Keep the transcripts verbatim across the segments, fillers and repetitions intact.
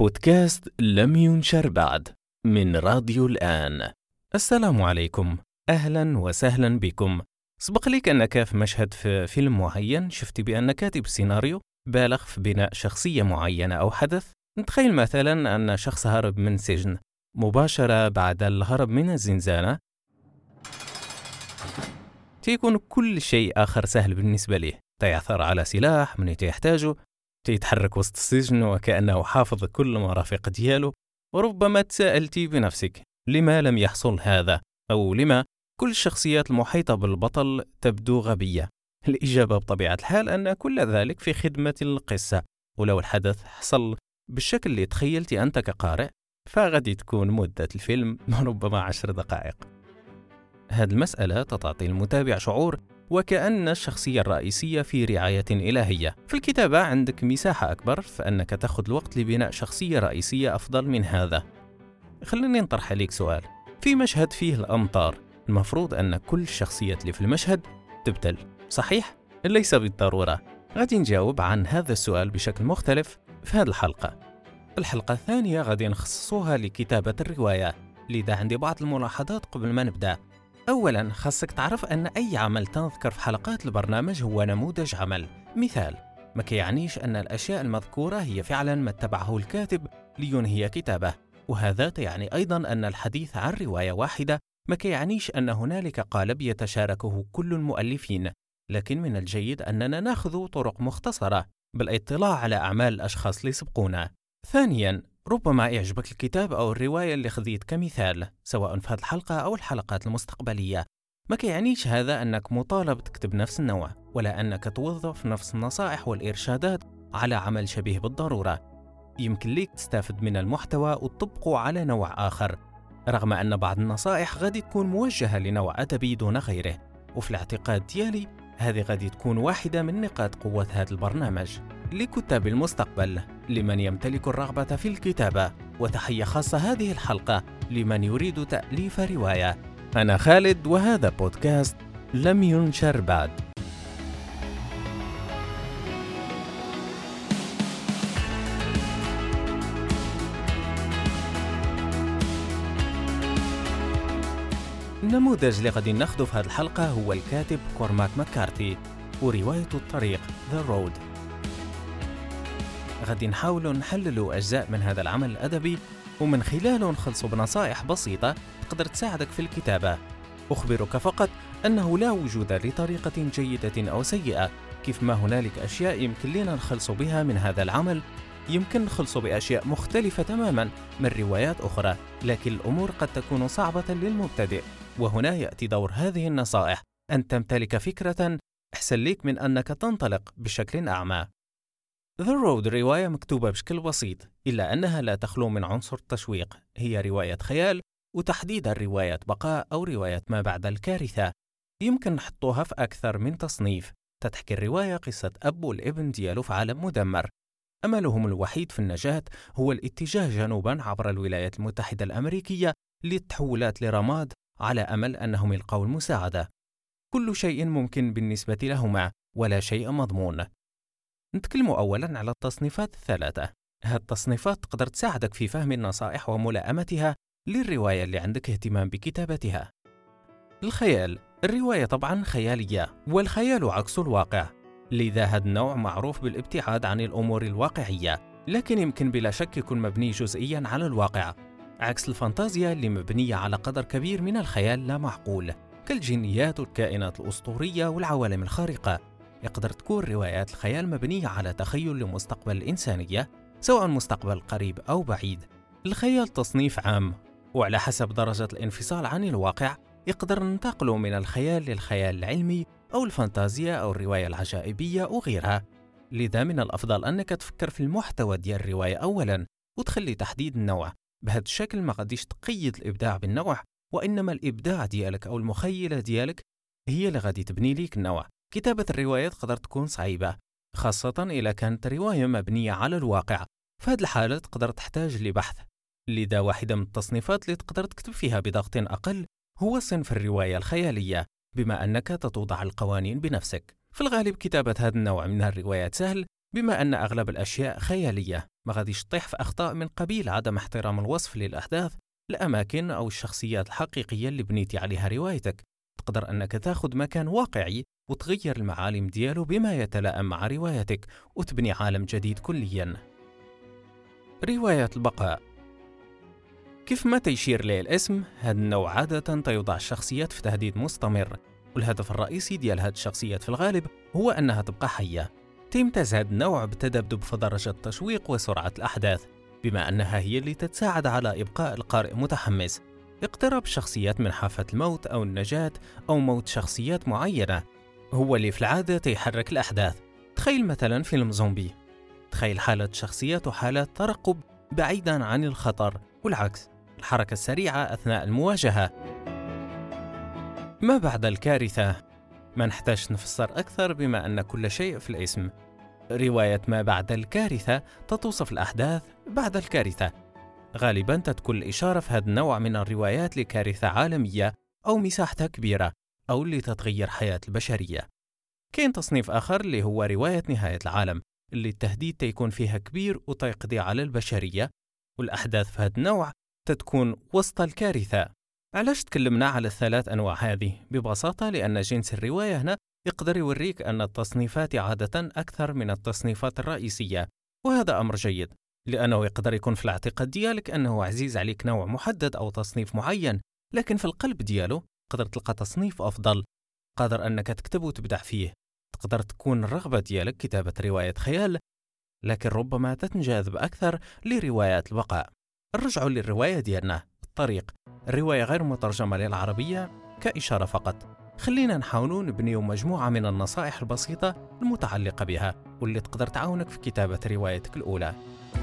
بودكاست لم ينشر بعد من راديو الآن. السلام عليكم، أهلا وسهلا بكم. سبق لك أنك في مشهد في فيلم معين شفت بأن كاتب السيناريو بالغ في بناء شخصية معينة أو حدث. نتخيل مثلا أن شخص هرب من سجن، مباشرة بعد الهرب من الزنزانة تيكون كل شيء آخر سهل بالنسبة له. تيعثر على سلاح من يحتاجه، تيتحرك وسط السجن وكأنه حافظ كل مرافق دياله. وربما تساءلتي بنفسك لما لم يحصل هذا، أو لما كل الشخصيات المحيطة بالبطل تبدو غبية. الإجابة بطبيعة الحال أن كل ذلك في خدمة القصة، ولو الحدث حصل بالشكل اللي تخيلتي أنت كقارئ فغادي تكون مدة الفيلم ربما عشر دقائق. هذه المسألة تعطي المتابع شعور وكأن الشخصية الرئيسية في رعاية إلهية. في الكتابة عندك مساحة أكبر فأنك تأخذ الوقت لبناء شخصية رئيسية أفضل من هذا. خليني نطرح عليك سؤال. في مشهد فيه الأمطار، المفروض أن كل الشخصيات اللي في المشهد تبتل، صحيح؟ ليس بالضرورة. غادي نجاوب عن هذا السؤال بشكل مختلف في هذه الحلقة. الحلقة الثانية غادي نخصصوها لكتابة الرواية، لذا عندي بعض الملاحظات قبل ما نبدأ. أولاً خاصك تعرف أن أي عمل تنذكر في حلقات البرنامج هو نموذج عمل، مثال. ما كيعنيش أن الأشياء المذكورة هي فعلاً ما اتبعه الكاتب لينهي كتابه، وهذا يعني أيضاً أن الحديث عن رواية واحدة ما كيعنيش أن هنالك قالب يتشاركه كل المؤلفين، لكن من الجيد أننا نأخذ طرق مختصرة بالاطلاع على أعمال الأشخاص اللي سبقونا. ثانياً، ربما يعجبك الكتاب أو الرواية اللي خذيت كمثال سواء في هذه الحلقة أو الحلقات المستقبلية. ما كيعنيش هذا أنك مطالب تكتب نفس النوع، ولا أنك توظف نفس النصائح والإرشادات على عمل شبيه بالضرورة. يمكن ليك تستفد من المحتوى وتطبقه على نوع آخر، رغم أن بعض النصائح غادي تكون موجهة لنوع أدبي دون غيره. وفي الاعتقاد ديالي هذه غادي تكون واحدة من نقاط قوة هذا البرنامج. لكتاب المستقبل، لمن يمتلك الرغبة في الكتابة، وتحية خاصة هذه الحلقة لمن يريد تأليف رواية. أنا خالد وهذا بودكاست لم ينشر بعد. النموذج اللي غادي ناخذه في هذه الحلقة هو الكاتب كورماك ماكارثي ورواية الطريق The Road. غادي نحاولوا نحللوا أجزاء من هذا العمل الأدبي، ومن خلاله نخلصوا بنصائح بسيطة تقدر تساعدك في الكتابة. أخبرك فقط أنه لا وجود لطريقة جيدة أو سيئة، كيف ما هنالك أشياء يمكن لنا نخلصوا بها من هذا العمل، يمكن نخلصوا بأشياء مختلفة تماما من روايات أخرى، لكن الأمور قد تكون صعبة للمبتدئ. وهنا يأتي دور هذه النصائح، أن تمتلك فكرة أحسن لك من أنك تنطلق بشكل أعمى. The Road رواية مكتوبة بشكل بسيط، إلا أنها لا تخلو من عنصر التشويق. هي رواية خيال، وتحديدا رواية بقاء أو رواية ما بعد الكارثة. يمكن نحطوها في أكثر من تصنيف. تتحكي الرواية قصة أب والابن ديالو في عالم مدمر. أملهم الوحيد في النجاة هو الاتجاه جنوبا عبر الولايات المتحدة الأمريكية للتحولات لرماد، على أمل أنهم يلقوا المساعدة. كل شيء ممكن بالنسبة لهما، ولا شيء مضمون. نتكلم أولا على التصنيفات الثلاثة. هذه التصنيفات تقدر تساعدك في فهم النصائح وملائمتها للرواية اللي عندك اهتمام بكتابتها. الخيال، الرواية طبعا خيالية، والخيال عكس الواقع، لذا هذا النوع معروف بالابتعاد عن الأمور الواقعية، لكن يمكن بلا شك يكون مبني جزئيا على الواقع، عكس الفانتازيا اللي مبنية على قدر كبير من الخيال لا معقول، كالجنيات والكائنات الأسطورية والعوالم الخارقة. يقدر تكون روايات الخيال مبنية على تخيل لمستقبل الإنسانية، سواء مستقبل قريب أو بعيد. الخيال تصنيف عام، وعلى حسب درجة الانفصال عن الواقع يقدر ننتقل من الخيال للخيال العلمي أو الفانتازيا أو الرواية العجائبية وغيرها. لذا من الأفضل أنك تفكر في المحتوى ديال الرواية أولاً، وتخلي تحديد النوع. بهذا الشكل ما غاديش تقيد الإبداع بالنوع، وإنما الإبداع ديالك أو المخيلة ديالك هي اللي غادي تبني ليك النوع. كتابة الروايات تقدر تكون صعيبة، خاصة إذا كانت رواية مبنية على الواقع. في هذه الحالة تقدر تحتاج لبحث. لذا واحدة من التصنيفات اللي تقدر تكتب فيها بضغط أقل هو صنف الرواية الخيالية، بما أنك تتوضع القوانين بنفسك. في الغالب كتابة هذا النوع من الروايات سهل، بما أن أغلب الأشياء خيالية، ما غاديش تطيح في أخطاء من قبيل عدم احترام الوصف للأحداث، الأماكن أو الشخصيات الحقيقية اللي بنيتي عليها روايتك. تقدر أنك تاخذ مكان واقعي وتغير المعالم ديالو بما يتلائم مع روايتك وتبني عالم جديد كليا. رواية البقاء. كيف ما تيشير ليه الاسم، هذا النوع عادة تيوضع الشخصيات في تهديد مستمر، والهدف الرئيسي ديال هاد الشخصيات في الغالب هو أنها تبقى حية. تيمتاز هذا النوع بالتذبذب في درجة التشويق وسرعة الأحداث، بما أنها هي اللي تتساعد على إبقاء القارئ متحمس. اقتراب الشخصيات من حافة الموت أو النجاة أو موت شخصيات معينة هو اللي في العادة تيحرك الأحداث. تخيل مثلا فيلم زومبي، تخيل حالة شخصيات وحالات ترقب بعيدا عن الخطر، والعكس الحركة السريعة أثناء المواجهة. ما بعد الكارثة، ما نحتاج نفسر أكثر بما أن كل شيء في الاسم. رواية ما بعد الكارثة تتوصف الأحداث بعد الكارثة. غالباً تتكون الإشارة في هذا النوع من الروايات لكارثة عالمية أو مساحتها كبيرة أو اللي تتغير حياة البشرية. كاين تصنيف آخر اللي هو رواية نهاية العالم، اللي التهديد تيكون فيها كبير وتيقضي على البشرية، والأحداث في هذا النوع تتكون وسط الكارثة. علاش تكلمنا على الثلاث أنواع هذه؟ ببساطة لأن جنس الرواية هنا يقدر يوريك أن التصنيفات عادة أكثر من التصنيفات الرئيسية، وهذا أمر جيد، لأنه يقدر يكون في الاعتقاد ديالك أنه عزيز عليك نوع محدد أو تصنيف معين، لكن في القلب ديالو تقدر تلقى تصنيف أفضل قادر أنك تكتب وتبدع فيه. تقدر تكون الرغبة ديالك كتابة رواية خيال، لكن ربما تنجذب أكثر لروايات البقاء. الرجع للرواية ديالنا الطريق، الرواية غير مترجمة للعربية كإشارة فقط. خلينا نحاولوا نبنيو مجموعة من النصائح البسيطة المتعلقة بها واللي تقدر تعاونك في كتابة روايتك الأولى.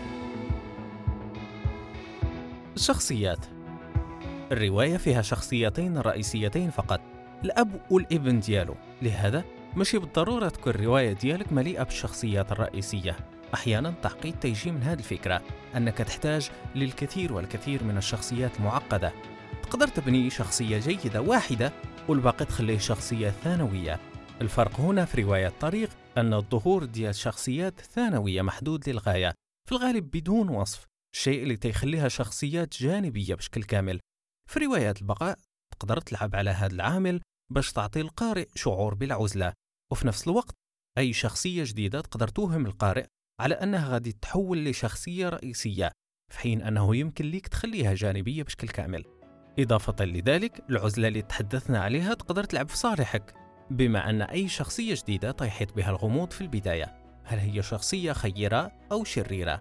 الشخصيات. الرواية فيها شخصيتين رئيسيتين فقط، الأب والابن ديالو، لهذا ماشي بالضرورة تكون الرواية ديالك مليئة بالشخصيات الرئيسية. أحيانا التعقيد تيجي من هذه الفكرة أنك تحتاج للكثير والكثير من الشخصيات المعقدة. تقدر تبني شخصية جيدة واحدة والباقي تخليه شخصية ثانوية. الفرق هنا في رواية طريق أن الظهور ديال شخصيات ثانوية محدود للغاية، في الغالب بدون وصف، الشيء اللي تيخليها شخصيات جانبية بشكل كامل. في روايات البقاء تقدر تلعب على هذا العامل باش تعطي القارئ شعور بالعزلة، وفي نفس الوقت أي شخصية جديدة تقدر توهم القارئ على أنها غادي تحول لشخصية رئيسية، في حين أنه يمكن ليك تخليها جانبية بشكل كامل. إضافة لذلك العزلة اللي تحدثنا عليها تقدر تلعب في صالحك، بما أن أي شخصية جديدة تيحيط بها الغموض في البداية، هل هي شخصية خيرة أو شريرة؟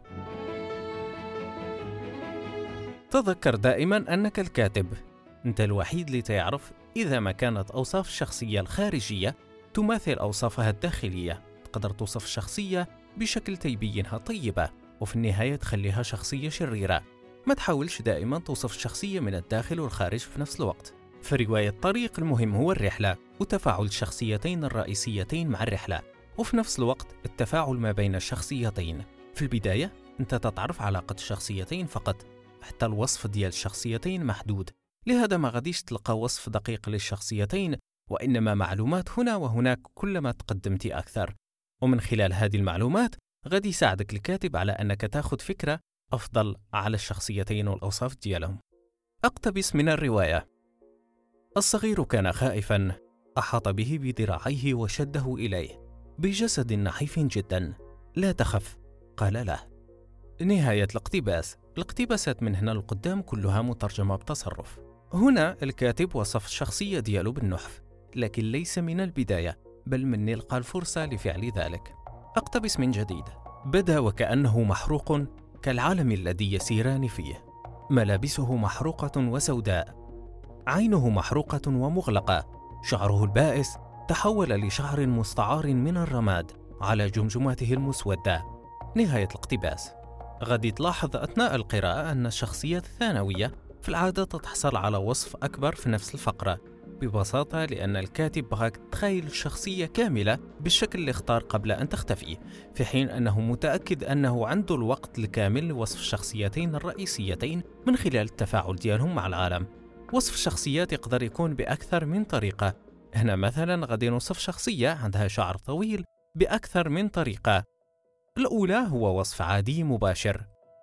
تذكر دائما أنك الكاتب، أنت الوحيد اللي تعرف إذا ما كانت أوصاف الشخصية الخارجية تماثل أوصافها الداخلية. تقدر توصف الشخصية بشكل تيبينها طيبة وفي النهاية تخليها شخصية شريرة. ما تحاولش دائما توصف الشخصية من الداخل والخارج في نفس الوقت. في رواية طريق المهم هو الرحلة وتفاعل الشخصيتين الرئيسيتين مع الرحلة، وفي نفس الوقت التفاعل ما بين الشخصيتين. في البداية أنت تتعرف علاقة الشخصيتين فقط، حتى الوصف ديال الشخصيتين محدود، لهذا ما غاديش تلقى وصف دقيق للشخصيتين، وإنما معلومات هنا وهناك كلما تقدمت أكثر. ومن خلال هذه المعلومات غادي يساعدك الكاتب على أنك تأخذ فكرة أفضل على الشخصيتين والأوصاف ديالهم. أقتبس من الرواية: الصغير كان خائفا، أحاط به بذراعيه وشده إليه بجسد نحيف جدا. لا تخف، قال له. نهاية الاقتباس. الاقتباسات من هنا لقدام كلها مترجمة بتصرف. هنا الكاتب وصف الشخصية ديالو بالنحف، لكن ليس من البداية، بل من نلقى الفرصة لفعل ذلك. أقتبس من جديد: بدا وكأنه محروق كالعالم الذي يسيران فيه، ملابسه محروقة وسوداء، عينه محروقة ومغلقة، شعره البائس تحول لشعر مستعار من الرماد على جمجمته المسودة. نهاية الاقتباس. غادي تلاحظ أثناء القراءة أن الشخصيات الثانوية في العادة تحصل على وصف أكبر في نفس الفقرة، ببساطة لأن الكاتب بغاك تخيل الشخصية كاملة بالشكل اللي اختار قبل أن تختفي، في حين أنه متأكد أنه عنده الوقت الكامل لوصف الشخصيتين الرئيسيتين من خلال التفاعل ديالهم مع العالم. وصف الشخصيات يقدر يكون بأكثر من طريقة. هنا مثلا غادي نوصف شخصية عندها شعر طويل بأكثر من طريقة. الأولى هو وصف عادي مباشر،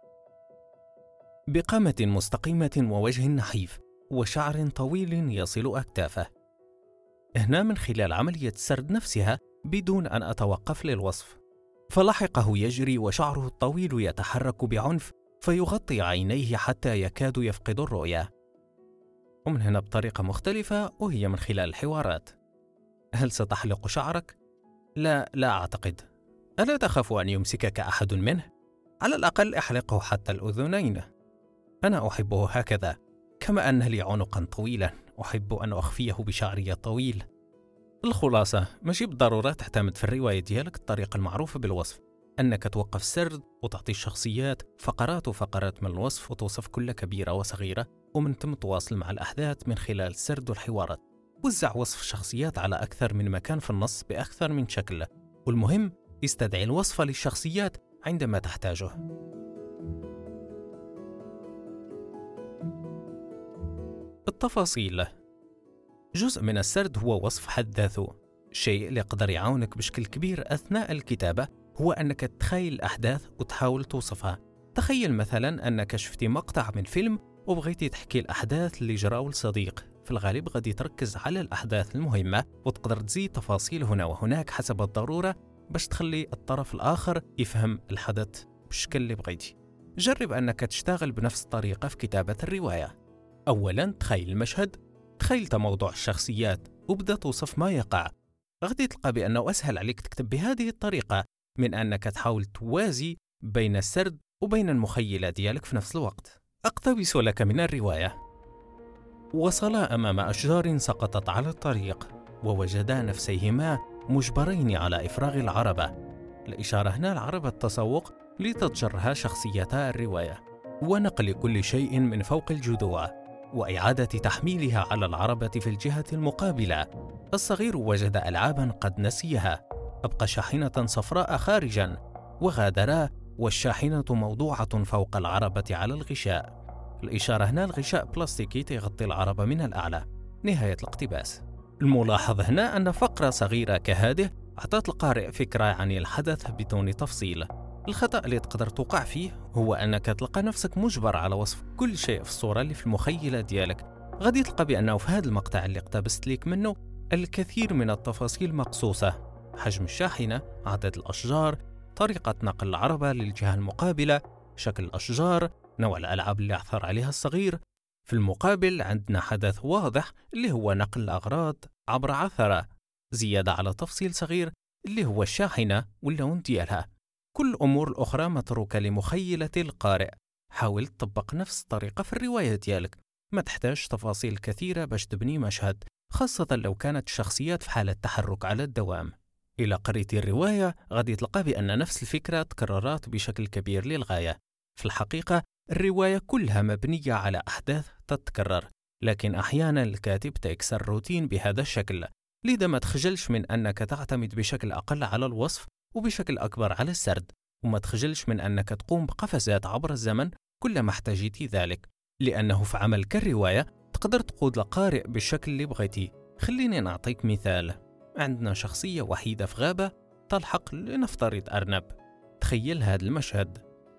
بقامة مستقيمة ووجه نحيف وشعر طويل يصل أكتافه. هنا من خلال عملية السرد نفسها بدون أن أتوقف للوصف، فلاحقه يجري وشعره الطويل يتحرك بعنف فيغطي عينيه حتى يكاد يفقد الرؤية. ومن هنا بطريقة مختلفة، وهي من خلال الحوارات. هل ستحلق شعرك؟ لا، لا أعتقد. ألا تخاف أن يمسكك أحد منه؟ على الأقل احلقه حتى الأذنين. أنا أحبه هكذا، كما أن لي عنقا طويلا أحب أن أخفيه بشعري الطويل. الخلاصة، ماشي بالضرورة تعتمد في الرواية ديالك الطريقة المعروفة بالوصف، أنك توقف السرد وتعطي الشخصيات فقرات وفقرات من الوصف وتوصف كل كبيرة وصغيرة، ومن ثم تواصل مع الأحداث من خلال السرد والحوارات. وزع وصف الشخصيات على أكثر من مكان في النص بأكثر من شكل، والمهم استدعي الوصف للشخصيات عندما تحتاجه. التفاصيل. جزء من السرد هو وصف حد ذاته. الشيء اللي يقدر يعاونك بشكل كبير أثناء الكتابة هو أنك تتخيل الأحداث وتحاول توصفها. تخيل مثلا أنك شفتي مقطع من فيلم وبغيتي تحكي الأحداث اللي جراو لصديق. في الغالب غادي تركز على الأحداث المهمة وتقدر تزيد تفاصيل هنا وهناك حسب الضرورة باش تخلي الطرف الآخر يفهم الحدث بالشكل اللي بغيتي. جرب أنك تشتغل بنفس الطريقة في كتابة الرواية. أولا تخيل المشهد، تخيلت موضوع الشخصيات وبدأ توصف ما يقع. غادي تلقى بأنه أسهل عليك تكتب بهذه الطريقة من أنك تحاول توازي بين السرد وبين المخيلة ديالك في نفس الوقت. أقتبس لك من الرواية: وصلا أمام أشجار سقطت على الطريق ووجدا نفسيهما مجبرين على إفراغ العربة. الإشارة هنا لعربة التسوق لتتجرها شخصيتا الرواية، ونقل كل شيء من فوق الجذوع وإعادة تحميلها على العربة في الجهة المقابلة. الصغير وجد ألعابا قد نسيها، أبقى شاحنة صفراء خارجا وغادرا، والشاحنة موضوعة فوق العربة على الغشاء. الإشارة هنا الغشاء بلاستيكي تغطي العربة من الأعلى. نهاية الاقتباس. الملاحظ هنا أن فقرة صغيرة كهذه أعطت القارئ فكرة عن الحدث بدون تفصيل. الخطأ اللي تقدر توقع فيه هو أنك تلقى نفسك مجبر على وصف كل شيء في الصورة اللي في المخيلة ديالك. غادي تلقى بأنه في هذا المقطع اللي اقتبست لك منه الكثير من التفاصيل مقصوصة: حجم الشاحنة، عدد الأشجار، طريقة نقل العربة للجهة المقابلة، شكل الأشجار، نوع الألعاب اللي عثر عليها الصغير. في المقابل عندنا حدث واضح اللي هو نقل الأغراض عبر عثرة، زيادة على تفصيل صغير اللي هو الشاحنة واللون ديالها. كل الأمور الأخرى متروكة لمخيلة القارئ. حاول تطبق نفس الطريقة في الرواية ديالك، ما تحتاج تفاصيل كثيرة باش تبني مشهد، خاصة لو كانت الشخصيات في حالة تحرك على الدوام. إلى قريت الرواية غادي تلقى بأن نفس الفكرة تكررت بشكل كبير للغاية. في الحقيقة الرواية كلها مبنية على أحداث تتكرر، لكن أحيانا الكاتب تكسر الروتين بهذا الشكل، لذا ما تخجلش من أنك تعتمد بشكل أقل على الوصف وبشكل أكبر على السرد، وما تخجلش من أنك تقوم بقفزات عبر الزمن كلما احتجت ذلك، لأنه في عمل كالرواية تقدر تقود القارئ بالشكل اللي بغيتي. خليني نعطيك مثال. عندنا شخصية وحيدة في غابة تلحق لنفترض أرنب. تخيل هذا المشهد.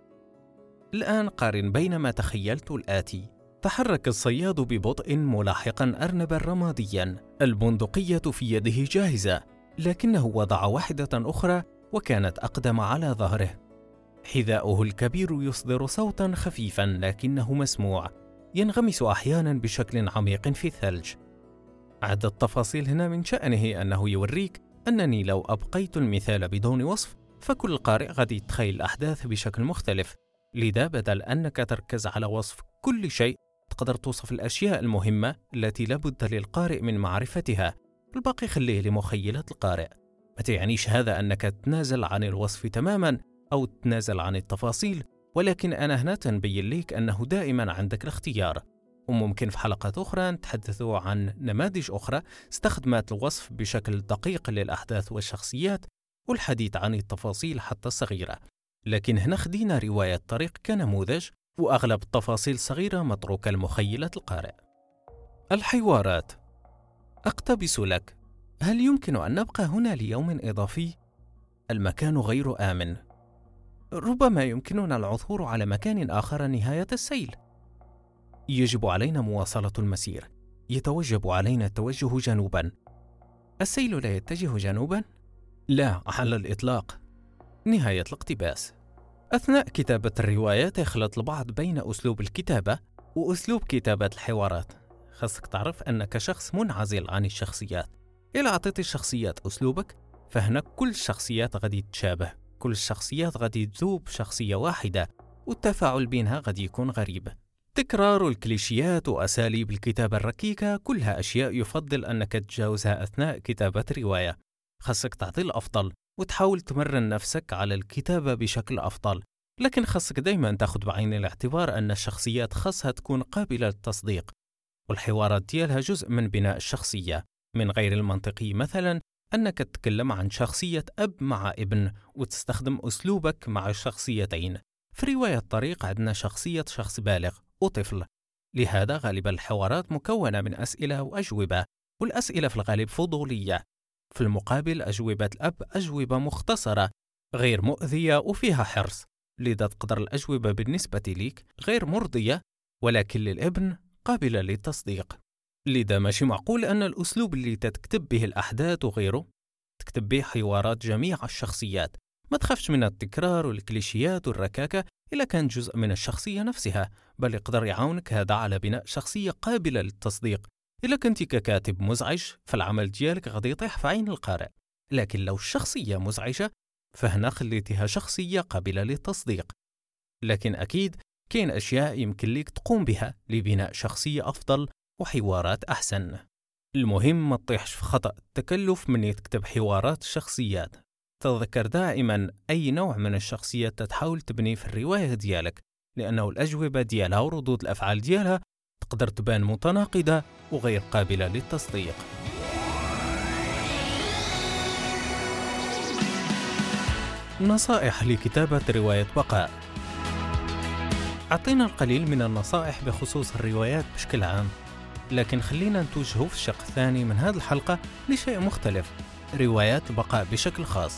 الآن قارن بين ما تخيلت الآتي: تحرك الصياد ببطء ملاحقا أرنبا رماديا، البندقية في يده جاهزة، لكنه وضع واحدة أخرى وكانت أقدم على ظهره. حذاؤه الكبير يصدر صوتا خفيفا لكنه مسموع، ينغمس أحيانا بشكل عميق في الثلج. عدد التفاصيل هنا من شأنه أنه يوريك أنني لو أبقيت المثال بدون وصف فكل القارئ غادي يتخيل الأحداث بشكل مختلف. لذا بدل أنك تركز على وصف كل شيء تقدر توصف الأشياء المهمة التي لابد للقارئ من معرفتها، الباقي خليه لمخيلة القارئ. ما تعنيش هذا أنك تتنازل عن الوصف تماما أو تتنازل عن التفاصيل، ولكن أنا هنا تنبين لك أنه دائما عندك الاختيار. وممكن في حلقات أخرى نتحدث عن نماذج أخرى استخدمت الوصف بشكل دقيق للأحداث والشخصيات والحديث عن التفاصيل حتى الصغيرة، لكن هنا خدينا رواية طريق كنموذج، وأغلب التفاصيل الصغيرة متروكة لمخيلة القارئ. الحوارات. أقتبس لك: هل يمكن أن نبقى هنا ليوم إضافي؟ المكان غير آمن. ربما يمكننا العثور على مكان آخر نهاية السيل. يجب علينا مواصلة المسير. يتوجب علينا التوجه جنوبا. السيل لا يتجه جنوبا؟ لا على الإطلاق. نهاية الاقتباس. أثناء كتابة الروايات يخلط البعض بين أسلوب الكتابة وأسلوب كتابة الحوارات. خاصك تعرف أنك شخص منعزل عن الشخصيات. إذا أعطيت الشخصيات أسلوبك فهنا كل الشخصيات غادي تتشابه، كل الشخصيات غادي تذوب شخصية واحدة، والتفاعل بينها غادي يكون غريب. تكرار الكليشيات وأساليب الكتابة الركيكة كلها أشياء يفضل أنك تتجاوزها أثناء كتابة رواية. خاصك تعطي الأفضل وتحاول تمرن نفسك على الكتابة بشكل أفضل، لكن خاصك دايما تاخد بعين الاعتبار أن الشخصيات خاصها تكون قابلة للتصديق، والحوارات ديالها جزء من بناء الشخصية. من غير المنطقي مثلا أنك تتكلم عن شخصية أب مع ابن وتستخدم أسلوبك مع الشخصيتين. في رواية الطريق عندنا شخصية شخص بالغ وطفل، لهذا غالبا الحوارات مكونة من أسئلة وأجوبة، والأسئلة في الغالب فضولية. في المقابل أجوبة الأب أجوبة مختصرة غير مؤذية وفيها حرص، لذا تقدر الأجوبة بالنسبة ليك غير مرضية ولكن للابن قابلة للتصديق. لذا ماشي معقول أن الأسلوب اللي تكتب به الأحداث وغيره تكتب به حوارات جميع الشخصيات. ما تخافش من التكرار والكليشيات والركاكة إلا كان جزء من الشخصية نفسها، بل يقدر يعاونك هذا على بناء شخصية قابلة للتصديق. إلا كنت ككاتب مزعج فالعمل ديالك غادي يطيح في عين القارئ، لكن لو الشخصية مزعجة فهنا خليتها شخصية قابلة للتصديق. لكن أكيد كاين أشياء يمكن ليك تقوم بها لبناء شخصية أفضل وحوارات أحسن. المهم ما تطيحش في خطأ التكلف من تكتب حوارات الشخصيات. تذكر دائما أي نوع من الشخصيات تحاول تبني في الرواية ديالك، لأنه الأجوبة ديالها وردود الأفعال ديالها تقدر تبان متناقضة وغير قابلة للتصديق. نصائح لكتابة رواية بقاء. أعطينا القليل من النصائح بخصوص الروايات بشكل عام، لكن خلينا نتوجه في الشق الثاني من هذه الحلقة لشيء مختلف، روايات البقاء بشكل خاص.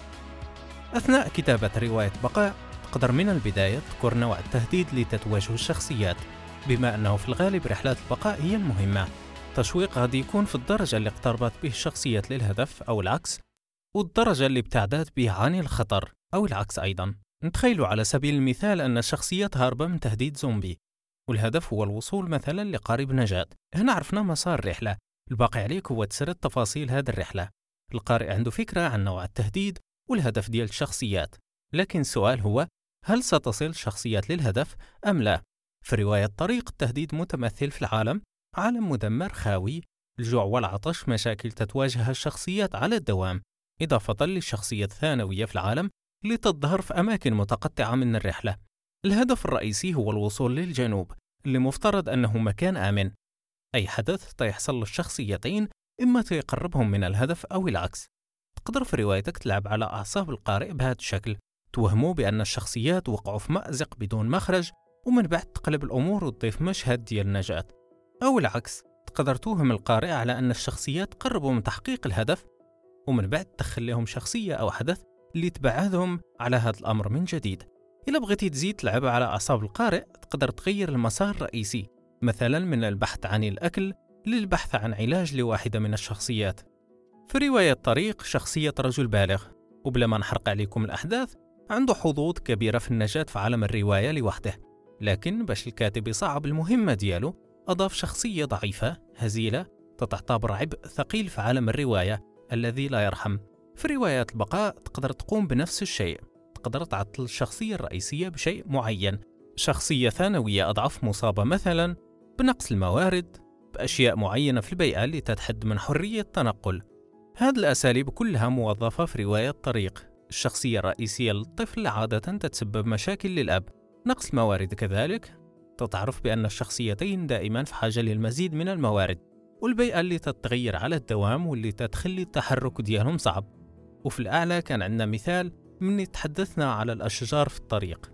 أثناء كتابة رواية بقاء تقدر من البداية تذكر نوع التهديد اللي تتواجه الشخصيات، بما أنه في الغالب رحلات البقاء هي المهمة. تشويق غادي يكون في الدرجة اللي اقتربت به الشخصيات للهدف أو العكس، والدرجة اللي ابتعدت به عن الخطر أو العكس أيضا. نتخيلوا على سبيل المثال أن الشخصيات هاربة من تهديد زومبي، والهدف هو الوصول مثلا لقارب نجاة. هنا عرفنا مسار الرحلة، الباقي عليك هو تسرد تفاصيل هذه الرحلة. القارئ عنده فكرة عن نوع التهديد والهدف ديال الشخصيات، لكن السؤال هو هل ستصل الشخصيات للهدف أم لا؟ في رواية طريق التهديد متمثل في العالم، عالم مدمر خاوي، الجوع والعطش مشاكل تتواجه الشخصيات على الدوام، إضافة للشخصية الثانوية في العالم اللي تظهر في أماكن متقطعة من الرحلة. الهدف الرئيسي هو الوصول للجنوب اللي مفترض أنه مكان آمن. أي حدث تيحصل للشخصيتين إما تيقربهم من الهدف أو العكس. تقدر في روايتك تلعب على أعصاب القارئ بهذا الشكل، توهموا بأن الشخصيات وقعوا في مأزق بدون مخرج، ومن بعد تقلب الأمور وتضيف مشهد ديال النجاة. أو العكس، تقدر توهم القارئ على أن الشخصيات قربوا من تحقيق الهدف، ومن بعد تدخل لهم شخصية أو حدث اللي تبعدهم على هذا الأمر من جديد. إلا بغيتي تزيد تلعب على أعصاب القارئ تقدر تغير المسار الرئيسي، مثلا من البحث عن الأكل للبحث عن علاج لواحدة من الشخصيات. في رواية طريق شخصية رجل بالغ، وبلا ما نحرق عليكم الأحداث، عنده حظوظ كبيرة في النجاة في عالم الرواية لوحده، لكن باش الكاتب يصعب المهمة ديالو أضاف شخصية ضعيفة هزيلة تتعتبر عبء ثقيل في عالم الرواية الذي لا يرحم. في روايات البقاء تقدر تقوم بنفس الشيء، تقدر تعطل الشخصية الرئيسية بشيء معين، شخصية ثانوية أضعف مصابة مثلا بنقص الموارد، بأشياء معينة في البيئة اللي تتحد من حرية التنقل. هذه الأساليب كلها موظفة في رواية طريق. الشخصية الرئيسية للطفل عادة تتسبب مشاكل للأب، نقص الموارد كذلك، تتعرف بأن الشخصيتين دائما في حاجة للمزيد من الموارد، والبيئة اللي تتغير على الدوام واللي تتخلي التحرك ديالهم صعب. وفي الأعلى كان عندنا مثال من تحدثنا على الأشجار في الطريق.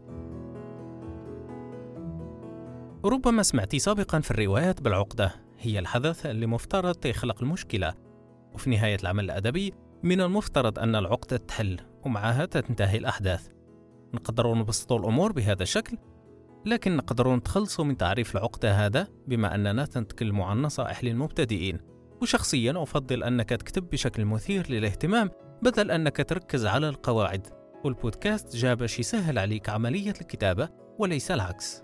ربما سمعتي سابقا في الروايات بالعقدة، هي الحدث اللي مفترض يخلق المشكلة، وفي نهاية العمل الأدبي من المفترض أن العقدة تحل ومعها تنتهي الأحداث. نقدروا نبسطوا الأمور بهذا الشكل، لكن نقدروا نتخلصوا من تعريف العقدة هذا بما أننا نتكلم عن نصائح للمبتدئين. وشخصيا أفضل أنك تكتب بشكل مثير للاهتمام بدل أنك تركز على القواعد، والبودكاست جاء باش يسهل عليك عملية الكتابة وليس العكس.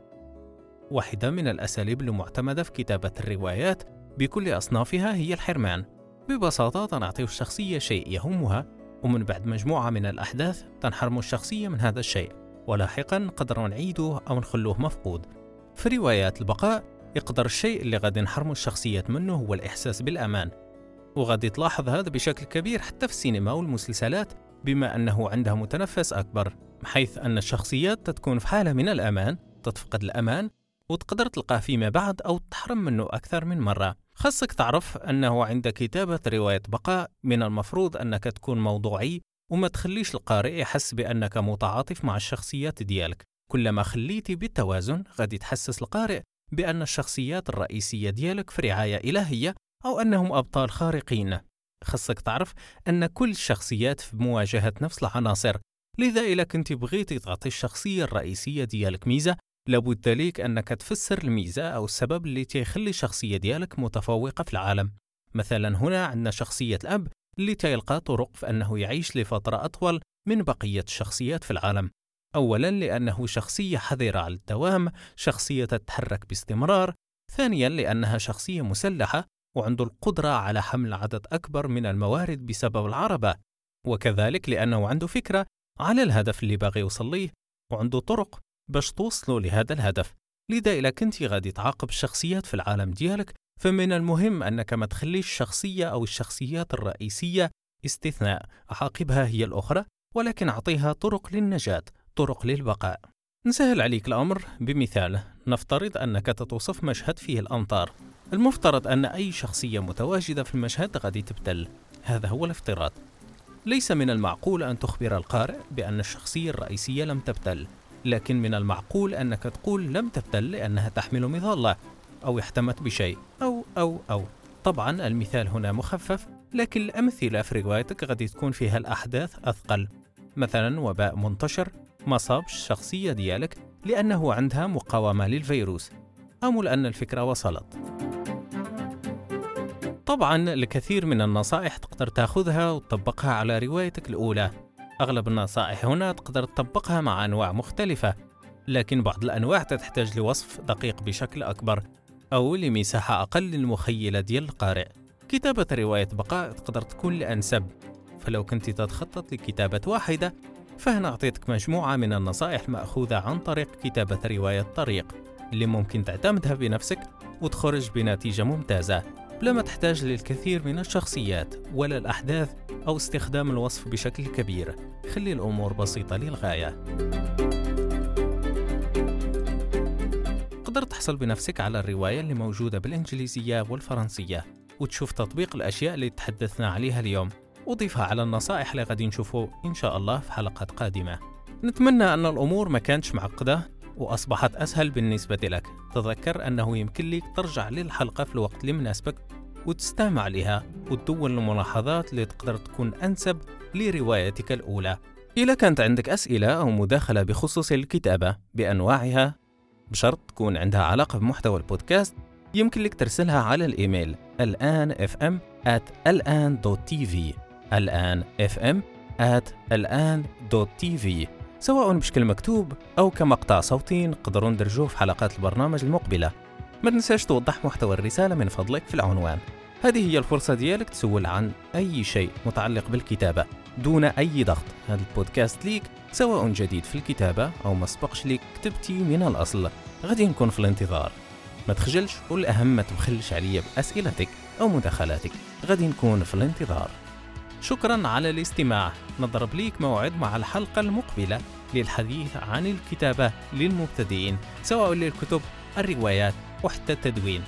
واحدة من الأساليب المعتمدة في كتابة الروايات بكل أصنافها هي الحرمان. ببساطة تنعطي الشخصية شيء يهمها، ومن بعد مجموعة من الأحداث تنحرم الشخصية من هذا الشيء، ولاحقا نقدر نعيده أو نخلوه مفقود. في روايات البقاء يقدر الشيء اللي غادي نحرموا الشخصيات منه هو الإحساس بالأمان، وغادي تلاحظ هذا بشكل كبير حتى في السينما والمسلسلات بما أنه عندها متنفس أكبر، حيث أن الشخصيات تكون في حالة من الأمان، تتفقد الأمان وتقدر تلقاه فيما بعد أو تحرم منه أكثر من مرة. خاصك تعرف أنه عند كتابة رواية بقاء من المفروض أنك تكون موضوعي وما تخليش القارئ يحس بأنك متعاطف مع الشخصيات ديالك. كلما خليتي بالتوازن غادي تحسس القارئ بأن الشخصيات الرئيسية ديالك في رعاية إلهية أو أنهم أبطال خارقين. خاصك تعرف أن كل الشخصيات في مواجهة نفس العناصر، لذا إذا كنت بغيتي تعطي الشخصية الرئيسية ديالك ميزة لابد ليك أنك تفسر الميزة أو السبب اللي تيخلي الشخصية ديالك متفوقة في العالم. مثلا هنا عندنا شخصية الأب اللي تيلقى طرق في أنه يعيش لفترة أطول من بقية الشخصيات في العالم. أولا لأنه شخصية حذرة على الدوام، شخصية تتحرك باستمرار. ثانيا لأنها شخصية مسلحة وعنده القدرة على حمل عدد أكبر من الموارد بسبب العربة، وكذلك لأنه عنده فكرة على الهدف اللي باغي يوصل ليه وعنده طرق باش توصلوا لهذا الهدف. لذا إذا كنتي غادي تعاقب الشخصيات في العالم ديالك فمن المهم أنك ما تخليش الشخصية أو الشخصيات الرئيسية استثناء، عاقبها هي الأخرى، ولكن أعطيها طرق للنجاة، طرق للبقاء. نسهل عليك الأمر بمثال، نفترض أنك تتوصف مشهد فيه الأمطار. المفترض أن أي شخصية متواجدة في المشهد غادي تبتل، هذا هو الافتراض. ليس من المعقول أن تخبر القارئ بأن الشخصية الرئيسية لم تبتل، لكن من المعقول أنك تقول لم تبتل لأنها تحمل مظلة أو احتمت بشيء أو أو أو طبعا المثال هنا مخفف، لكن الأمثلة في روايتك غادي تكون فيها الأحداث أثقل. مثلا وباء منتشر ما صابش الشخصية ديالك لأنه عندها مقاومة للفيروس، أو لأن الفكرة وصلت. طبعا الكثير من النصائح تقدر تاخذها وتطبقها على روايتك الأولى. أغلب النصائح هنا تقدر تطبقها مع أنواع مختلفة، لكن بعض الأنواع تحتاج لوصف دقيق بشكل أكبر أو لمساحة أقل للمخيلة ديال القارئ. كتابة رواية بقاء تقدر تكون الأنسب، فلو كنت تتخطط لكتابة واحدة فهنا أعطيتك مجموعة من النصائح مأخوذة عن طريق كتابة رواية طريق اللي ممكن تعتمدها بنفسك وتخرج بنتيجة ممتازة بلا ما تحتاج للكثير من الشخصيات ولا الأحداث أو استخدام الوصف بشكل كبير. خلي الأمور بسيطة للغاية. تقدر تحصل بنفسك على الرواية اللي موجودة بالإنجليزية والفرنسية وتشوف تطبيق الأشياء اللي تحدثنا عليها اليوم وضيفها على النصائح اللي غادي نشوفه إن شاء الله في حلقات قادمة. نتمنى أن الأمور ما كانتش معقدة وأصبحت أسهل بالنسبة لك. تذكر أنه يمكن لك ترجع للحلقة في الوقت اللي مناسبك وتستمع لها وتدون الملاحظات اللي تقدر تكون أنسب لروايتك الأولى. إذا كانت عندك أسئلة أو مداخلة بخصوص الكتابة بأنواعها بشرط تكون عندها علاقة بمحتوى البودكاست، يمكن لك ترسلها على الإيميل الآن إف إم آت الآن دوت تي في الآن إف إم آت الآن دوت تي في، سواء بشكل مكتوب أو كمقطع صوتي نقدروا ندرجوه في حلقات البرنامج المقبلة. ما تنساش توضح محتوى الرسالة من فضلك في العنوان. هذه هي الفرصة ديالك تسول عن أي شيء متعلق بالكتابة دون أي ضغط. هذا البودكاست ليك سواء جديد في الكتابة أو ما سبقش ليك كتبتي من الأصل، غادي نكون في الانتظار. ما تخجلش، والأهم ما تبخلش عليا بأسئلتك أو مداخلاتك، غادي نكون في الانتظار. شكرا على الاستماع. نضرب ليك موعد مع الحلقة المقبلة للحديث عن الكتابة للمبتدئين، سواء للكتب، الروايات وحتى التدوين.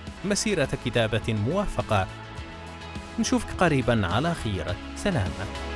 مسيرة كتابة موفقة. نشوفك قريبا على خير. سلام.